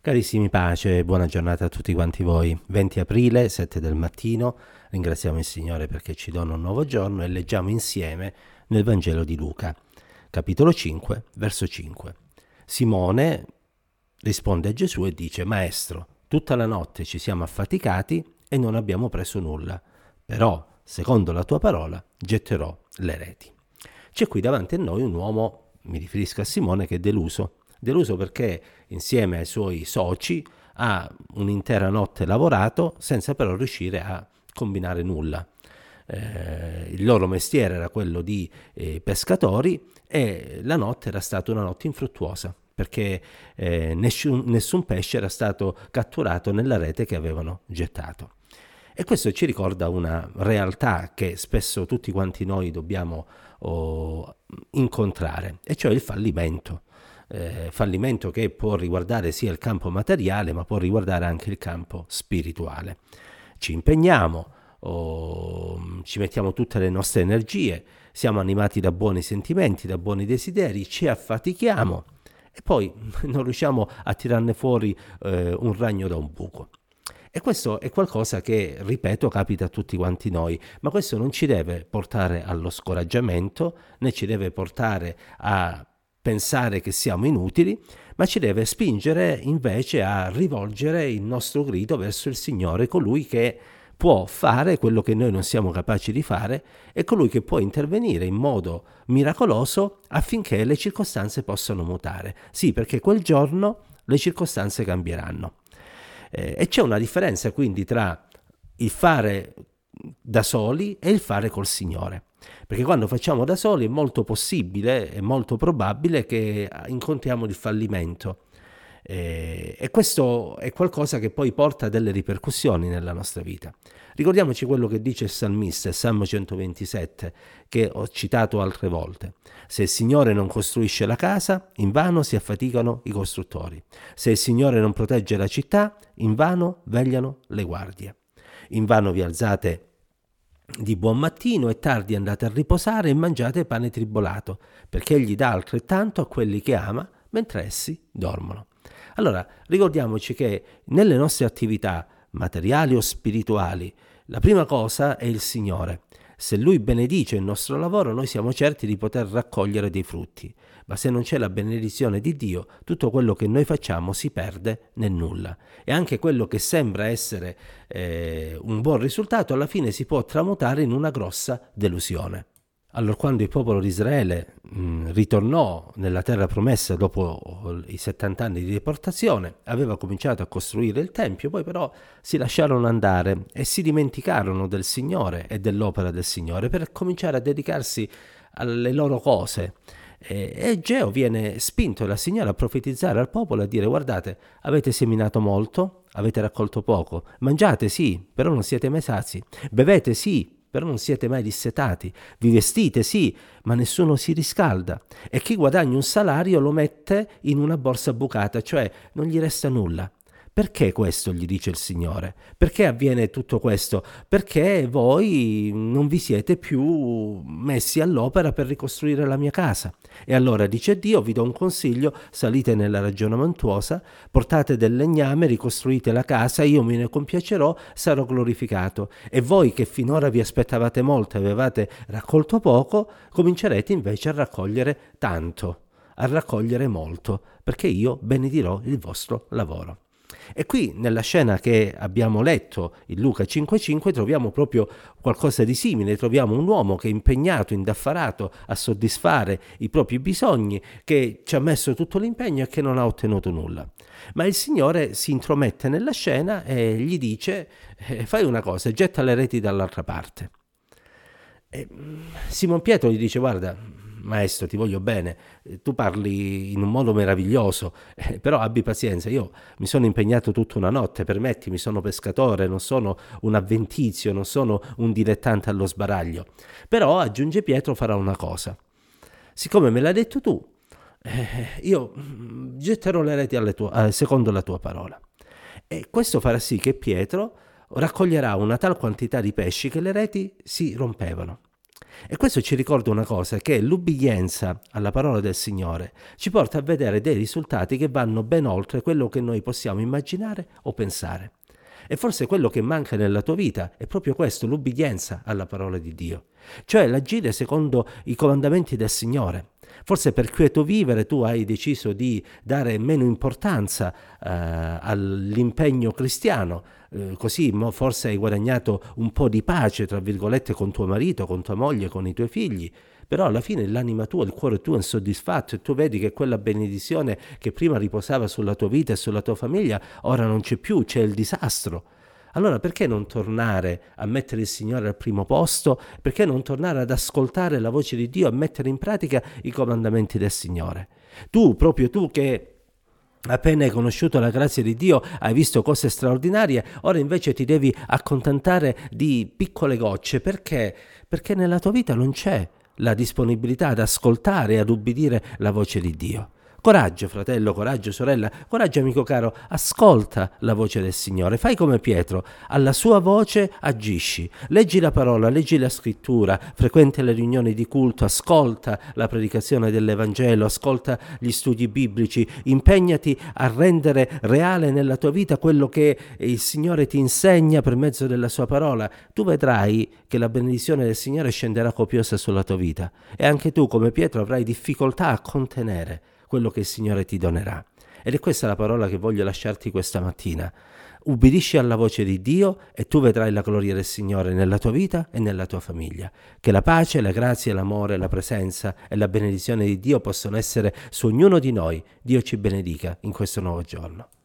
Carissimi pace, buona giornata a tutti quanti voi. 20 aprile, 7 del mattino, ringraziamo il Signore perché ci dona un nuovo giorno e leggiamo insieme nel Vangelo di Luca, capitolo 5, verso 5. Simone risponde a Gesù e dice: Maestro, tutta la notte ci siamo affaticati e non abbiamo preso nulla, però, secondo la tua parola, getterò le reti. C'è qui davanti a noi un uomo, mi riferisco a Simone, che è deluso perché insieme ai suoi soci ha un'intera notte lavorato senza però riuscire a combinare nulla. Il loro mestiere era quello di pescatori e la notte era stata una notte infruttuosa perché nessun pesce era stato catturato nella rete che avevano gettato. E questo ci ricorda una realtà che spesso tutti quanti noi dobbiamo incontrare, e cioè il fallimento. Fallimento che può riguardare sia il campo materiale ma può riguardare anche il campo spirituale. Ci impegniamo, ci mettiamo tutte le nostre energie, siamo animati da buoni sentimenti, da buoni desideri, ci affatichiamo e poi non riusciamo a tirarne fuori un ragno da un buco. E questo è qualcosa che, ripeto, capita a tutti quanti noi, ma questo non ci deve portare allo scoraggiamento, né ci deve portare a pensare che siamo inutili, ma ci deve spingere invece a rivolgere il nostro grido verso il Signore, colui che può fare quello che noi non siamo capaci di fare e colui che può intervenire in modo miracoloso affinché le circostanze possano mutare. Sì, perché quel giorno le circostanze cambieranno. E c'è una differenza quindi tra il fare da soli e il fare col Signore. Perché quando facciamo da soli è molto possibile, è molto probabile che incontriamo il fallimento. E questo è qualcosa che poi porta delle ripercussioni nella nostra vita. Ricordiamoci quello che dice il salmista, il Salmo 127, che ho citato altre volte. Se il Signore non costruisce la casa, invano si affaticano i costruttori. Se il Signore non protegge la città, invano vegliano le guardie. Invano vi alzate di buon mattino e tardi andate a riposare e mangiate pane tribolato, perché egli dà altrettanto a quelli che ama mentre essi dormono. Allora, ricordiamoci che nelle nostre attività materiali o spirituali, la prima cosa è il Signore. Se Lui benedice il nostro lavoro, noi siamo certi di poter raccogliere dei frutti. Ma se non c'è la benedizione di Dio, tutto quello che noi facciamo si perde nel nulla. E anche quello che sembra essere un buon risultato, alla fine si può tramutare in una grossa delusione. Allora, quando il popolo di Israele ritornò nella terra promessa dopo i 70 anni di deportazione, aveva cominciato a costruire il Tempio, poi però si lasciarono andare e si dimenticarono del Signore e dell'opera del Signore per cominciare a dedicarsi alle loro cose. E Geo viene spinto dal Signore a profetizzare al popolo e a dire: guardate, avete seminato molto, avete raccolto poco, mangiate sì, però non siete mai sazi, bevete sì, però non siete mai dissetati, vi vestite sì, ma nessuno si riscalda, e chi guadagna un salario lo mette in una borsa bucata, cioè non gli resta nulla. Perché questo, gli dice il Signore? Perché avviene tutto questo? Perché voi non vi siete più messi all'opera per ricostruire la mia casa. E allora, dice Dio, vi do un consiglio: salite nella regione montuosa, portate del legname, ricostruite la casa, io me ne compiacerò, sarò glorificato. E voi che finora vi aspettavate molto e avevate raccolto poco, comincerete invece a raccogliere tanto, a raccogliere molto, perché io benedirò il vostro lavoro. E qui nella scena che abbiamo letto in Luca 5,5 troviamo proprio qualcosa di simile, troviamo un uomo che è impegnato, indaffarato a soddisfare i propri bisogni, che ci ha messo tutto l'impegno e che non ha ottenuto nulla. Ma il Signore si intromette nella scena e gli dice: fai una cosa, getta le reti dall'altra parte. E Simon Pietro gli dice: guarda, maestro, ti voglio bene, tu parli in un modo meraviglioso, però abbi pazienza, io mi sono impegnato tutta una notte, permettimi, sono pescatore, non sono un avventizio, non sono un dilettante allo sbaraglio. Però, aggiunge Pietro, farà una cosa: siccome me l'hai detto tu, io getterò le reti secondo la tua parola. E questo farà sì che Pietro raccoglierà una tal quantità di pesci che le reti si rompevano. E questo ci ricorda una cosa, che l'ubbidienza alla parola del Signore ci porta a vedere dei risultati che vanno ben oltre quello che noi possiamo immaginare o pensare. E forse quello che manca nella tua vita è proprio questo, l'ubbidienza alla parola di Dio, cioè l'agire secondo i comandamenti del Signore. Forse per quieto vivere tu hai deciso di dare meno importanza all'impegno cristiano, così forse hai guadagnato un po' di pace, tra virgolette, con tuo marito, con tua moglie, con i tuoi figli, però alla fine l'anima tua, il cuore tuo è insoddisfatto e tu vedi che quella benedizione che prima riposava sulla tua vita e sulla tua famiglia ora non c'è più, c'è il disastro. Allora perché non tornare a mettere il Signore al primo posto? Perché non tornare ad ascoltare la voce di Dio, a mettere in pratica i comandamenti del Signore? Proprio tu che appena hai conosciuto la grazia di Dio, hai visto cose straordinarie, ora invece ti devi accontentare di piccole gocce. Perché? Perché nella tua vita non c'è la disponibilità ad ascoltare e ad ubbidire la voce di Dio. Coraggio, fratello, coraggio, sorella, coraggio, amico caro, ascolta la voce del Signore, fai come Pietro, alla sua voce agisci, leggi la parola, leggi la scrittura, frequenta le riunioni di culto, ascolta la predicazione dell'Evangelo, ascolta gli studi biblici, impegnati a rendere reale nella tua vita quello che il Signore ti insegna per mezzo della sua parola. Tu vedrai che la benedizione del Signore scenderà copiosa sulla tua vita e anche tu, come Pietro, avrai difficoltà a contenere quello che il Signore ti donerà. Ed è questa la parola che voglio lasciarti questa mattina. Ubbidisci alla voce di Dio e tu vedrai la gloria del Signore nella tua vita e nella tua famiglia. Che la pace, la grazia, l'amore, la presenza e la benedizione di Dio possono essere su ognuno di noi. Dio ci benedica in questo nuovo giorno.